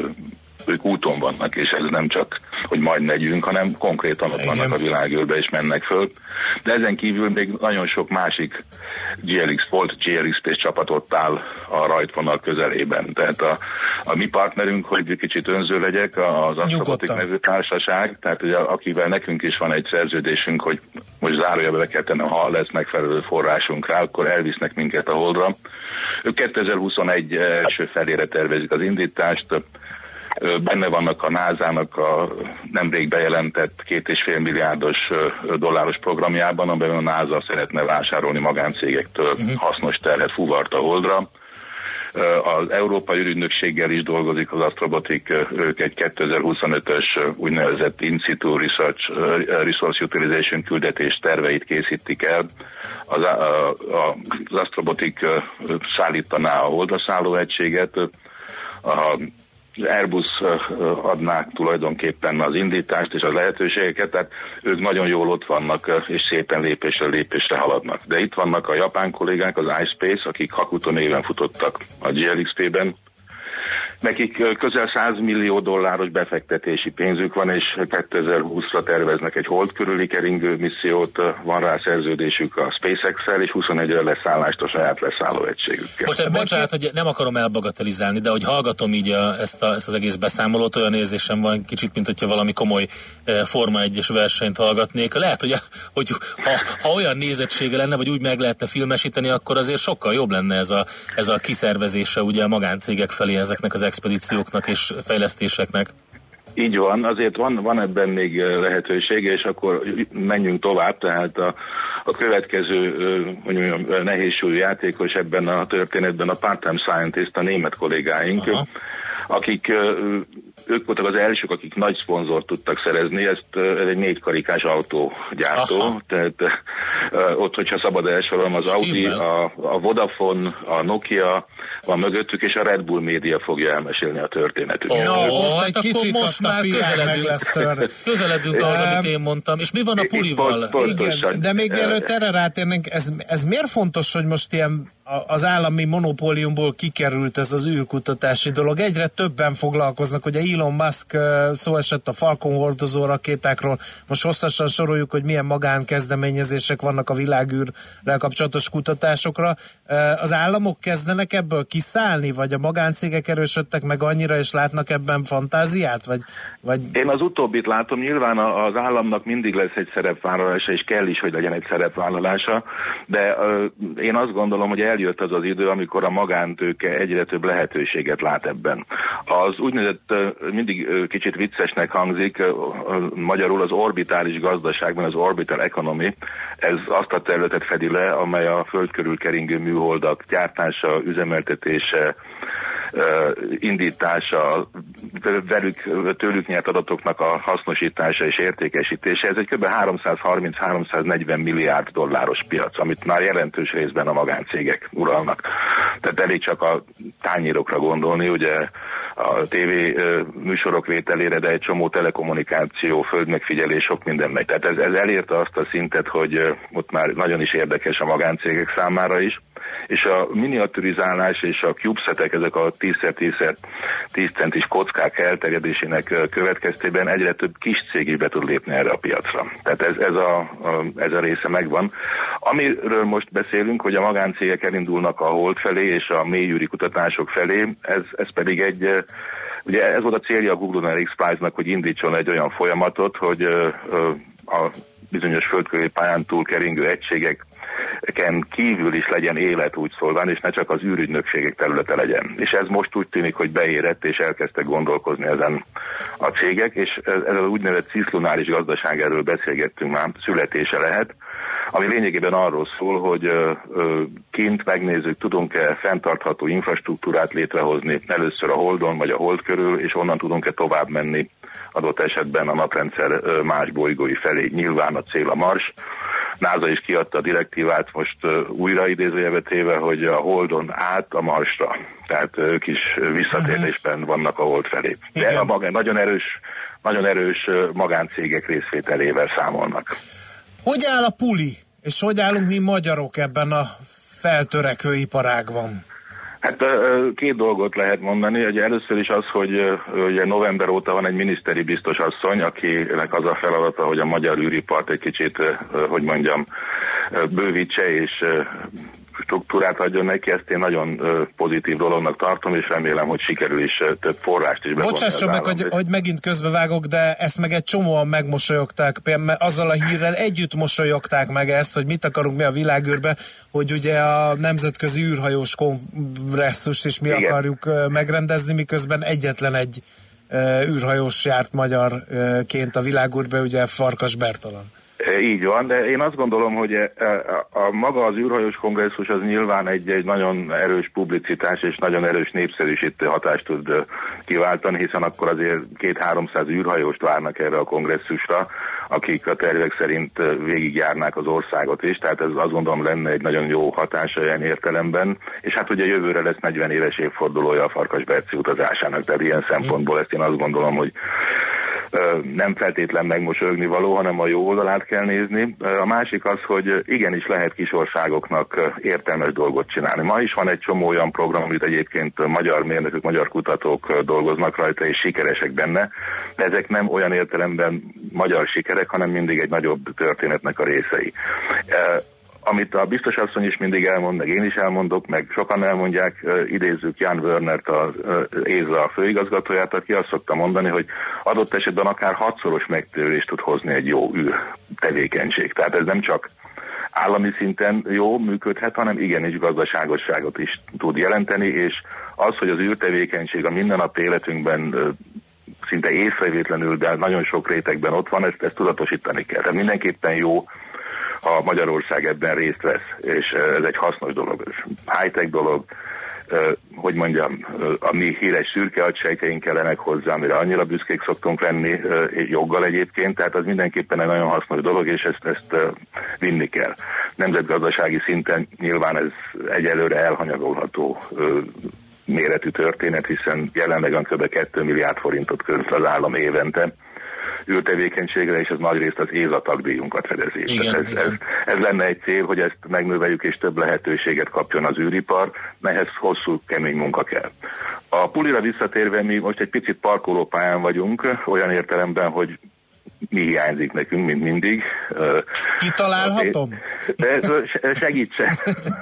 ők úton vannak, és ez nem csak, hogy majd megyünk, hanem konkrétan ott vannak a világűrbe, és mennek föl. De ezen kívül még nagyon sok másik gé el iksz, volt gé el iksz Space csapat ott áll a rajtvonal közelében. Tehát a, a mi partnerünk, hogy kicsit önző legyek, az Astrobotic nevű társaság, tehát ugye, akivel nekünk is van egy szerződésünk, hogy most zárójelbe be kell tennem, ha lesz megfelelő forrásunk rá, akkor elvisznek minket a Holdra. Ők kétezer-huszonegy első felére tervezik az indítást, benne vannak a nászának a nemrég bejelentett két és fél milliárdos dolláros programjában, amiben a NASA szeretne vásárolni magáncégektől uh-huh. hasznos terhet, fuvart a Holdra. Az Európai ürügynökséggel is dolgozik az Astrobotic, ők egy kétezer-huszonötös úgynevezett In situ Research, Resource Utilization küldetés terveit készítik el. Az, a, a, az Astrobotic szállítaná a Holdra szálló egységet, a az Airbus adnák tulajdonképpen az indítást és a lehetőségeket, tehát ők nagyon jól ott vannak, és szépen lépésre lépésre haladnak. De itt vannak a japán kollégák, az iSpace, akik Hakuto néven futottak a gé el iksz P-ben. Nekik közel száz millió dolláros befektetési pénzük van, és kétezer-húszra terveznek egy hold körüli keringő missziót, van rá szerződésük a SpaceX-el, és huszonegyre leszállást a saját leszálló egységükkel. Most bocsánat, hogy nem akarom elbagatelizálni, de hogy hallgatom így a, ezt, a, ezt az egész beszámolót, olyan érzésem van kicsit, mint hogyha valami komoly eh, Forma egyes versenyt hallgatnék. Lehet, hogy, a, hogy ha, ha olyan nézettsége lenne, vagy úgy meg lehetne filmesíteni, akkor azért sokkal jobb lenne ez a, ez a kiszervezése ugye a magáncégek felé ezeknek az expedícióknak és fejlesztéseknek. Így van, azért van, van ebben még lehetősége, és akkor menjünk tovább, tehát a, a következő hogy mondjam, nehézsúlyú játékos ebben a történetben a part-time scientist, a német kollégáink, aha. akik ők voltak az elsők, akik nagy szponzort tudtak szerezni, ezt, ez egy négykarikás autógyártó, aha. tehát ott, hogyha szabad elsorolom, az Audi, a, a Vodafone, a Nokia van mögöttük, és a Red Bull média fogja elmesélni a történetüket. Ó, oh, hát akkor most már közeledünk, közeledünk ahhoz, amit én mondtam. És mi van a pulival? Igen, de még mielőtt erre rátérnénk, ez, ez miért fontos, hogy most ilyen az állami monopóliumból kikerült ez az űrkutatási dolog? Egyre többen foglalkoznak, ugye Elon Musk szó esett a Falcon hordozó rakétákról, most hosszasan soroljuk, hogy milyen magánkezdeményezések vannak a világűrrel kapcsolatos kutatásokra. Az államok kezdenek ebből kiszállni, vagy a magáncégek erősödtek meg annyira, és látnak ebben fantáziát? Vagy, vagy... Én az utóbbit látom, nyilván az államnak mindig lesz egy szerepvállalása, és kell is, hogy legyen egy szerepvállalása, de uh, én azt gondolom, hogy eljött az az idő, amikor a magántőke egyre több lehetőséget lát ebben. Az úgynevezett uh, mindig uh, kicsit viccesnek hangzik, uh, uh, magyarul az orbitális gazdaságban, az orbital economy, ez azt a területet fedi le, amely a föld körül keringő műholdak gyártása, üzemeltetése, indítása, velük, tőlük nyert adatoknak a hasznosítása és értékesítése. Ez egy kb. háromszázharminc-háromszáznegyven milliárd dolláros piac, amit már jelentős részben a magáncégek uralnak. Tehát elég csak a tányérokra gondolni, ugye a tévé műsorok vételére, de egy csomó telekommunikáció, földmegfigyelés, sok minden megy. Tehát ez, ez elérte azt a szintet, hogy ott már nagyon is érdekes a magáncégek számára is, és a miniaturizálás és a CubeSetek, ezek a tíz tíz tíz centis kockák elterjedésének következtében egyre több kis cég is be tud lépni erre a piacra. Tehát ez, ez, a, a, ez a része megvan. Amiről most beszélünk, hogy a magáncégek elindulnak a hold felé és a mélyűri kutatások felé, ez, ez pedig egy, ugye ez volt a célja a Google X-Prize-nak, hogy indítson egy olyan folyamatot, hogy a bizonyos földkörüli pályán túl keringő egységek ken kívül is legyen élet, úgy szólván, és ne csak az űrügynökségek területe legyen. És ez most úgy tűnik, hogy beérett, és elkezdtek gondolkozni ezen a cégek, és ez az úgynevezett ciszlunáris gazdaság, erről beszélgettünk már, születése lehet, ami lényegében arról szól, hogy kint megnézzük, tudunk-e fenntartható infrastruktúrát létrehozni, először a Holdon vagy a Hold körül, és onnan tudunk-e tovább menni adott esetben a naprendszer más bolygói felé. Nyilván a cél a Mars. NASA is kiadta a direktívát most újra idézőjelbe téve, hogy a Holdon át a Marsra. Tehát ők is visszatérésben vannak a Hold felé. De a magán, nagyon erős, nagyon erős magáncégek részvételével számolnak. Hogy áll a puli? És hogy állunk mi magyarok ebben a feltörekvő iparágban? Hát két dolgot lehet mondani. Ugye először is az, hogy ugye november óta van egy miniszteri biztos asszony, akinek az a feladata, hogy a magyar űripart egy kicsit, hogy mondjam, bővítse és struktúrát adjon neki, ezt én nagyon pozitív dolognak tartom, és remélem, hogy sikerül is több forrást is bevonni. Bocsásson meg, hogy, hogy megint közbevágok, de ezt meg egy csomóan megmosolyogták, például azzal a hírrel együtt mosolyogták meg ezt, hogy mit akarunk mi a világűrbe, hogy ugye a nemzetközi űrhajós kongresszust is mi Igen. akarjuk megrendezni, miközben egyetlen egy űrhajós járt magyarként a világűrbe, ugye Farkas Bertalan. Így van, de én azt gondolom, hogy a, a maga az űrhajós kongresszus az nyilván egy, egy nagyon erős publicitás és nagyon erős népszerűsítő hatást tud kiváltani, hiszen akkor azért két-háromszáz űrhajóst várnak erre a kongresszusra, akik a tervek szerint végigjárnák az országot is, tehát ez azt gondolom lenne egy nagyon jó hatása ilyen értelemben, és hát ugye jövőre lesz negyven éves évfordulója a Farkas-Berci utazásának, tehát ilyen szempontból ezt én azt gondolom, hogy nem feltétlen megmosolyogni való, hanem a jó oldalát kell nézni. A másik az, hogy igenis lehet kis országoknak értelmes dolgot csinálni. Ma is van egy csomó olyan program, amit egyébként magyar mérnökök, magyar kutatók dolgoznak rajta, és sikeresek benne, de ezek nem olyan értelemben magyar sikerek, hanem mindig egy nagyobb történetnek a részei. Amit a biztos asszony is mindig elmond, meg én is elmondok, meg sokan elmondják, uh, idézzük Jan Wernert, az uh, ÉSA főigazgatóját, aki azt szokta mondani, hogy adott esetben akár hatszoros megtérülést tud hozni egy jó űr tevékenység. Tehát ez nem csak állami szinten jó működhet, hanem igenis gazdaságosságot is tud jelenteni, és az, hogy az űrtevékenység a mindennapi életünkben uh, szinte észrevétlenül, de nagyon sok rétegben ott van, ezt, ezt tudatosítani kell. Tehát mindenképpen jó, ha Magyarország ebben részt vesz, és ez egy hasznos dolog, high-tech dolog, hogy mondjam, a mi híres szürke agysejtjeink kellenek hozzá, amire annyira büszkék szoktunk lenni, joggal egyébként, tehát az mindenképpen egy nagyon hasznos dolog, és ezt, ezt vinni kell. Nemzetgazdasági szinten nyilván ez egyelőre elhanyagolható méretű történet, hiszen jelenleg kb. két milliárd forintot költ az állam évente űrtevékenységre, és ez nagyrészt az ÉSA tagdíjunkat fedezi. Igen, ez, igen. Ez, ez lenne egy cél, hogy ezt megnöveljük, és több lehetőséget kapjon az űripar, ehhez hosszú, kemény munka kell. A pulira visszatérve, mi most egy picit parkolópályán vagyunk, olyan értelemben, hogy mi hiányzik nekünk, mint mindig. Kitalálhatom? De segítsen.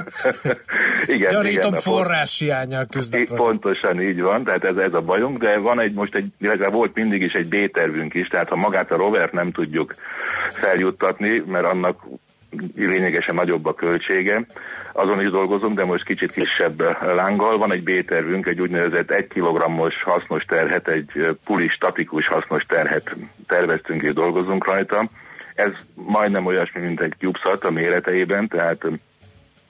Igen, Gyanítom, igen, forrás hiánnyal küzdök. Pontosan így van, tehát ez, ez a bajunk, de van egy most egy, illetve volt mindig is egy B-tervünk is, tehát ha magát a rovert nem tudjuk feljuttatni, mert annak lényegesen nagyobb a költsége, azon is dolgozunk, de most kicsit kisebb lánggal. Van egy B-tervünk, egy úgynevezett egy kilogrammos hasznos terhet, egy puli statikus hasznos terhet terveztünk és dolgozunk rajta. Ez majdnem olyasmi, mint egy CubeSat a méreteiben, tehát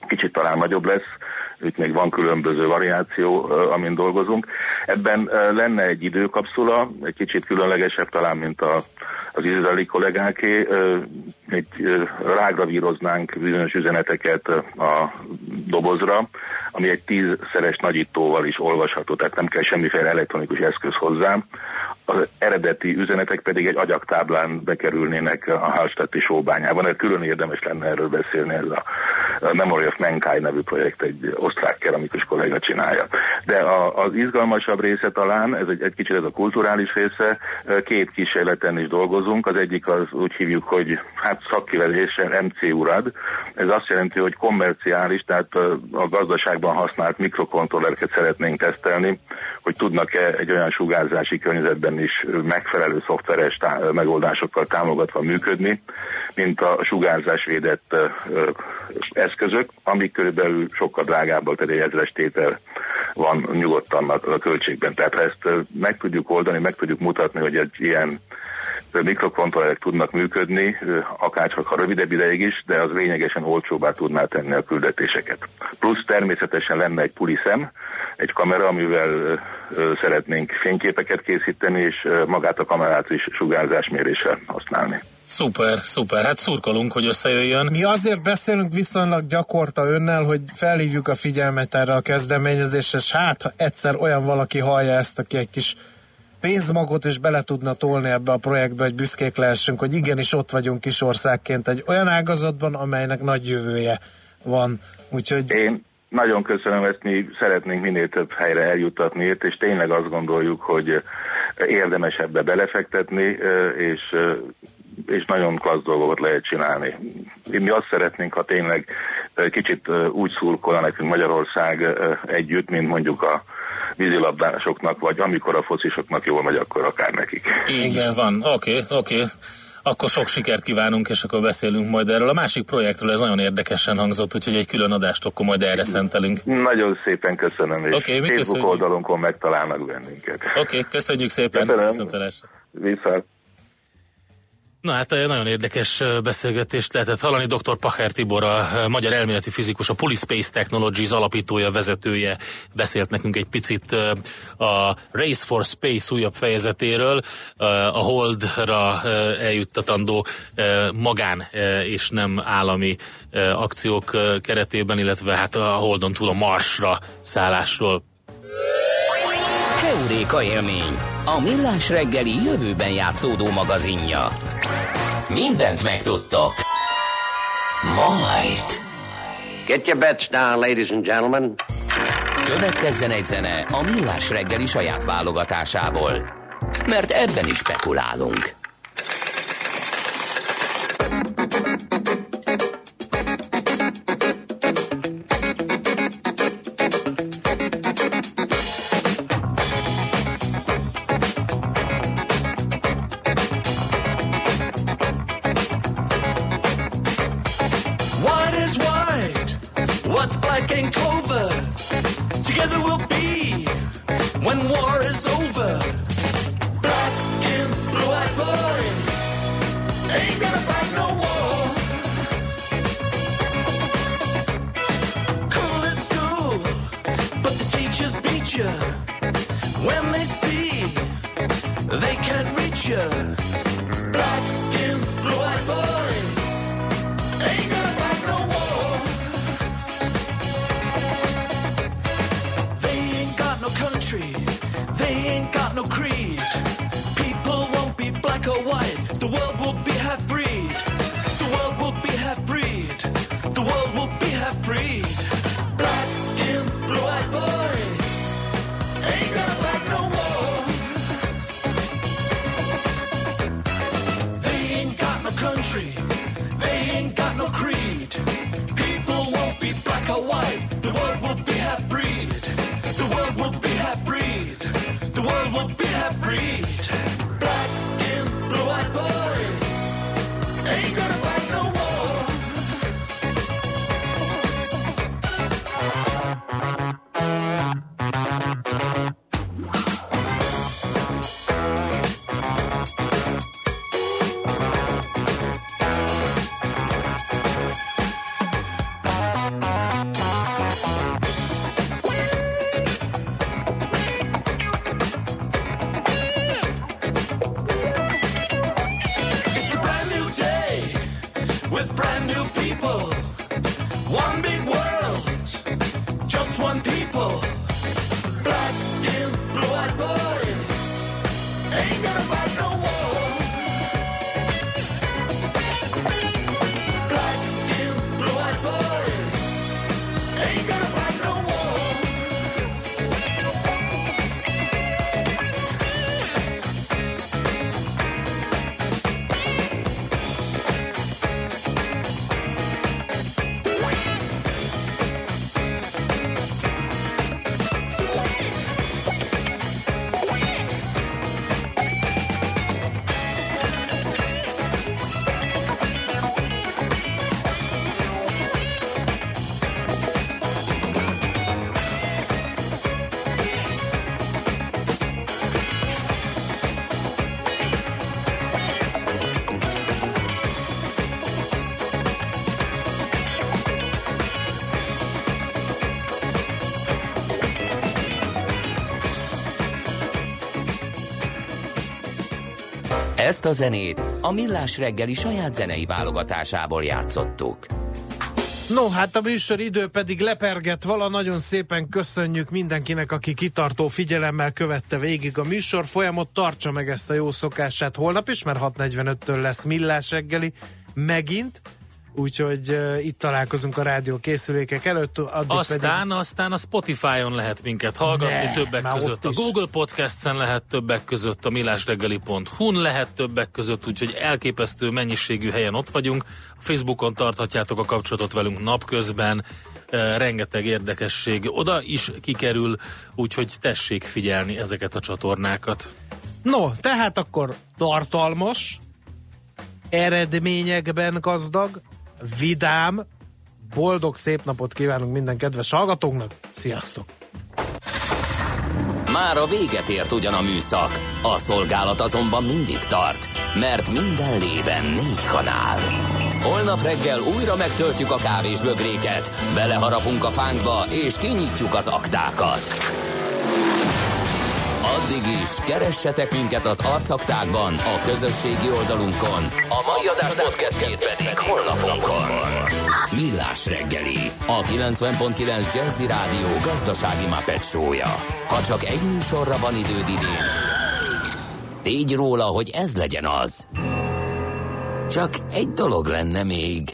kicsit talán nagyobb lesz, itt még van különböző variáció, amin dolgozunk. Ebben lenne egy időkapszula, egy kicsit különlegesebb talán, mint a, az izraeli kollégáké. Egy rágravíroznánk bizonyos üzeneteket a dobozra, ami egy tízszeres nagyítóval is olvasható, tehát nem kell semmiféle elektronikus eszköz hozzá. Az eredeti üzenetek pedig egy agyagtáblán bekerülnének a Hallstatti sóbányában. Ez külön érdemes lenne erről beszélni, ez a Memory of Mankind nevű projekt, egy osztrák keramikus kollega csinálja. De a, az izgalmasabb része talán, ez egy, egy kicsit ez a kulturális része, két kísérleten is dolgozunk. Az egyik az úgy hívjuk, hogy hát szakkivezetéssel em cé urad. Ez azt jelenti, hogy kommerciális, tehát a gazdaságban használt mikrokontrollereket szeretnénk tesztelni, hogy tudnak-e egy olyan sugárzási környezetben is megfelelő szoftveres tá- megoldásokkal támogatva működni, mint a sugárzásvédett eszközök, amik körülbelül sokkal drágábbak, tehát egy ezres tétel van nyugodtan a költségben. Tehát ha ezt meg tudjuk oldani, meg tudjuk mutatni, hogy egy ilyen mikrokontrollerek tudnak működni, akárcsak ha rövidebb ideig is, de az lényegesen olcsóbbá tudná tenni a küldetéseket. Plusz természetesen lenne egy puliszem, egy kamera, amivel szeretnénk fényképeket készíteni, és magát a kamerát is sugárzásmérésre használni. Szuper, szuper, hát szurkolunk, hogy összejöjjön. Mi azért beszélünk viszonylag gyakorta önnel, hogy felhívjuk a figyelmet erre a kezdeményezésre, és hát ha egyszer olyan valaki hallja ezt, aki egy kis pénzmagot is bele tudna tolni ebbe a projektbe, hogy büszkék lehessünk, hogy igenis ott vagyunk kisországként egy olyan ágazatban, amelynek nagy jövője van. Úgyhogy... Én nagyon köszönöm, ezt mi szeretnénk minél több helyre eljuttatni, és tényleg azt gondoljuk, hogy érdemes ebbe belefektetni, és, és nagyon klassz dolgokat lehet csinálni. Mi azt szeretnénk, ha tényleg kicsit úgy szurkolna nekünk Magyarország együtt, mint mondjuk a vízilabdásoknak, vagy amikor a focisoknak jól megy, akkor akár nekik. Így is van, oké, okay, oké. Okay. Akkor sok sikert kívánunk, és akkor beszélünk majd erről. A másik projektről ez nagyon érdekesen hangzott, úgyhogy egy külön adást akkor majd erre szentelünk. Nagyon szépen köszönöm, és okay, Facebook köszönjük. Oldalunkon megtalálnak bennünket. Oké, okay, köszönjük szépen. Köszönöm. Viszont. Na hát nagyon érdekes beszélgetést lehetett hallani. doktor Pacher Tibor, a magyar elméleti fizikus, a Polyspace Technologies alapítója, vezetője beszélt nekünk egy picit a Race for Space újabb fejezetéről, a Holdra eljuttatandó magán és nem állami akciók keretében, illetve hát a Holdon túl a Marsra szállásról. Heuréka élmény, a Millás reggeli jövőben játszódó magazinja. Mindent megtudtok. Majd. Get your bets down, ladies and gentlemen. Következzen egy zene a Millás reggeli saját válogatásából. Mert ebben is spekulálunk. Together we'll be when war is over. Black skin, blue-eyed boys ain't gonna fight no war. Cool at school, but the teachers beat you when they see they can't reach you. Black skin, blue-eyed boys ain't gonna fight no war. Country, they ain't got no creed. People won't be black or white. The world will be half-breed. The world will be half-breed. The world will be half-breed. Black skin, blue-eyed boys ain't gonna fight no war. They ain't got no country. They ain't got no creed. People won't be black or white. The world will be half-breed. The world will be half-breed. The world will be half-breed. Black skin, blue-eyed people, one big world, just one people. Black skin, blue-eyed boys, ain't gonna fight no war. Black skin, blue-eyed boys, ain't gonna fight no war. Ezt a zenét a Millás reggeli saját zenei válogatásából játszottuk. No, hát a műsor idő pedig leperget vala, nagyon szépen köszönjük mindenkinek, aki kitartó figyelemmel követte végig a műsor folyamot, tartsa meg ezt a jó szokását holnap is, mert hat negyvenöttől lesz Millás reggeli megint, úgyhogy uh, itt találkozunk a rádió készülékek előtt. Aztán, pedig... aztán a Spotify-on lehet minket hallgatni, ne, többek között a Google Podcast-en lehet többek között, a millásreggeli pont hu-n lehet többek között, úgyhogy elképesztő mennyiségű helyen ott vagyunk. A Facebookon tarthatjátok a kapcsolatot velünk napközben, e, rengeteg érdekesség oda is kikerül, úgyhogy tessék figyelni ezeket a csatornákat. No, tehát akkor tartalmas, eredményekben gazdag, vidám, boldog, szép napot kívánunk minden kedves hallgatónknak. Sziasztok! Már a véget ért ugyan a műszak, a szolgálat azonban mindig tart, mert minden lében négy kanál. Holnap reggel újra megtöltjük a kávésbögréket, beleharapunk a fánkba és kinyitjuk az aktákat. Addig is keressetek minket az arcaktákban, a közösségi oldalunkon. A mai adás podcastjét pedig honlapunkon. Millás reggeli, a kilencven pont kilenc Jazzy Rádió gazdasági Muppet show-ja. Ha csak egy műsorra van időd idén, tégy róla, hogy ez legyen az. Csak egy dolog lenne még.